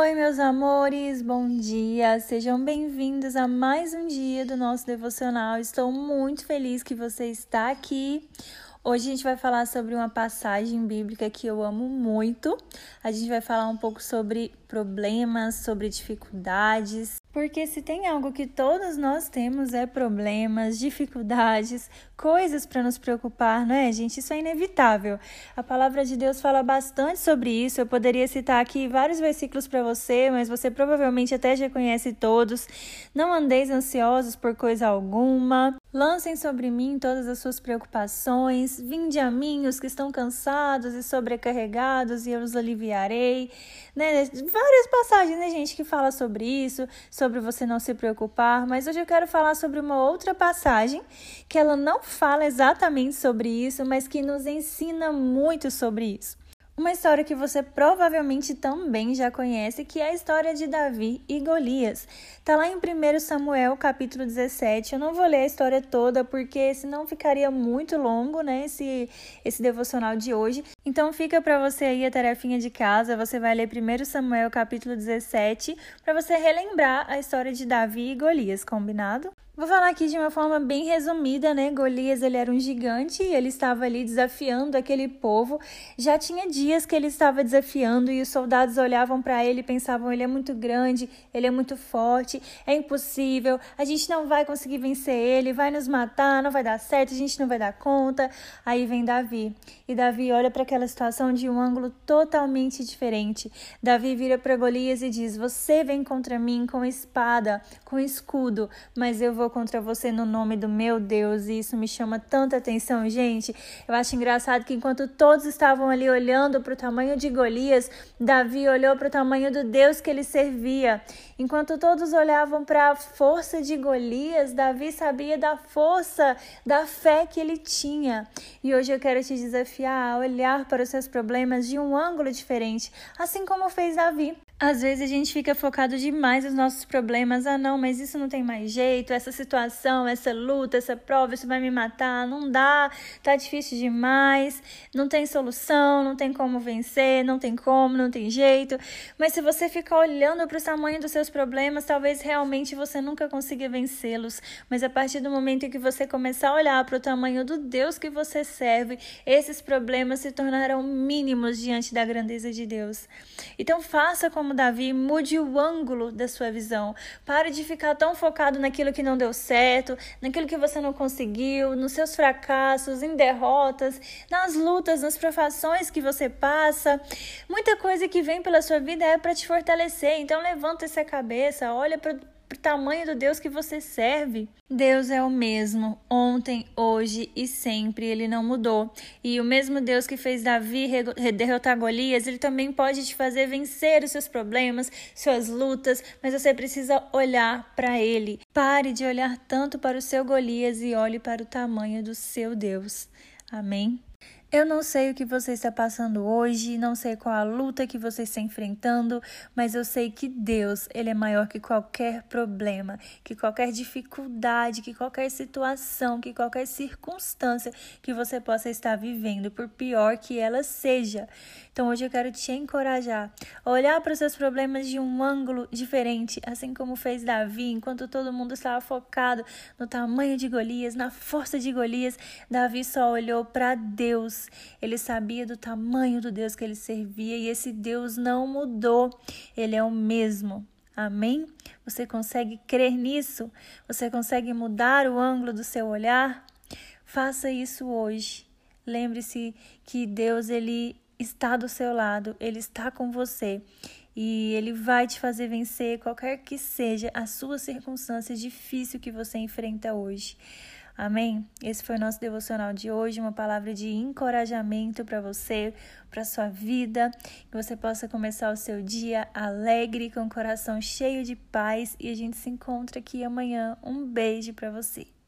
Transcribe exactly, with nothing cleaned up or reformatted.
Oi, meus amores, bom dia! Sejam bem-vindos a mais um dia do nosso devocional. Estou muito feliz que você está aqui. Hoje a gente vai falar sobre uma passagem bíblica que eu amo muito. A gente vai falar um pouco sobre problemas, sobre dificuldades, porque se tem algo que todos nós temos é problemas, dificuldades, coisas para nos preocupar, não é, gente? Isso é inevitável. A palavra de Deus fala bastante sobre isso. Eu poderia citar aqui vários versículos para você, mas você provavelmente até já conhece todos. Não andeis ansiosos por coisa alguma. Lancem sobre mim todas as suas preocupações. Vinde a mim os que estão cansados e sobrecarregados e eu os aliviarei. Né? Várias passagens, né, gente, que fala sobre isso, sobre você não se preocupar. Mas hoje eu quero falar sobre uma outra passagem que ela não fala exatamente sobre isso, mas que nos ensina muito sobre isso. Uma história que você provavelmente também já conhece, que é a história de Davi e Golias. Está lá em primeiro Samuel, capítulo dezessete. Eu não vou ler a história toda, porque senão ficaria muito longo, né, esse, esse devocional de hoje. Então fica para você aí a tarefinha de casa. Você vai ler primeiro Samuel, capítulo dezessete, para você relembrar a história de Davi e Golias, combinado? Vou falar aqui de uma forma bem resumida, né? Golias, ele era um gigante e ele estava ali desafiando aquele povo. Já tinha dias que ele estava desafiando e os soldados olhavam para ele e pensavam, ele é muito grande, ele é muito forte, é impossível, a gente não vai conseguir vencer ele, vai nos matar, não vai dar certo, a gente não vai dar conta. Aí vem Davi. E Davi olha para aquela situação de um ângulo totalmente diferente. Davi vira para Golias e diz, você vem contra mim com espada, com escudo, mas eu vou contra você no nome do meu Deus. E isso me chama tanta atenção, gente. Eu acho engraçado que enquanto todos estavam ali olhando para o tamanho de Golias, Davi olhou para o tamanho do Deus que ele servia. Enquanto todos olhavam para a força de Golias, Davi sabia da força, da fé que ele tinha. E hoje eu quero te desafiar a olhar para os seus problemas de um ângulo diferente, assim como fez Davi. Às vezes a gente fica focado demais nos nossos problemas. Ah, não, mas isso não tem mais jeito, essa situação, essa luta, essa prova, isso vai me matar, não dá, tá difícil demais, não tem solução, não tem como vencer, não tem como, não tem jeito. Mas se você ficar olhando para o tamanho dos seus problemas, talvez realmente você nunca consiga vencê-los. Mas a partir do momento em que você começar a olhar para o tamanho do Deus que você serve, esses problemas se tornarão mínimos diante da grandeza de Deus. Então faça como Como Davi, mude o ângulo da sua visão. Pare de ficar tão focado naquilo que não deu certo, naquilo que você não conseguiu, nos seus fracassos, em derrotas, nas lutas, nas provações que você passa. Muita coisa que vem pela sua vida é para te fortalecer. Então levanta essa cabeça, olha para o tamanho do Deus que você serve. Deus é o mesmo, ontem, hoje e sempre, ele não mudou. E o mesmo Deus que fez Davi derrotar Golias, ele também pode te fazer vencer os seus problemas, suas lutas, mas você precisa olhar para ele. Pare de olhar tanto para o seu Golias e olhe para o tamanho do seu Deus. Amém? Eu não sei o que você está passando hoje, não sei qual a luta que você está enfrentando, mas eu sei que Deus, ele é maior que qualquer problema, que qualquer dificuldade, que qualquer situação, que qualquer circunstância que você possa estar vivendo, por pior que ela seja. Então hoje eu quero te encorajar a olhar para os seus problemas de um ângulo diferente, assim como fez Davi, enquanto todo mundo estava focado no tamanho de Golias, na força de Golias, Davi só olhou para Deus. Ele sabia do tamanho do Deus que ele servia e esse Deus não mudou. Ele é o mesmo. Amém? Você consegue crer nisso? Você consegue mudar o ângulo do seu olhar? Faça isso hoje. Lembre-se que Deus, ele está do seu lado. Ele está com você. E ele vai te fazer vencer qualquer que seja a sua circunstância difícil que você enfrenta hoje. Amém? Esse foi o nosso devocional de hoje, uma palavra de encorajamento para você, para a sua vida, que você possa começar o seu dia alegre, com o coração cheio de paz e a gente se encontra aqui amanhã. Um beijo para você.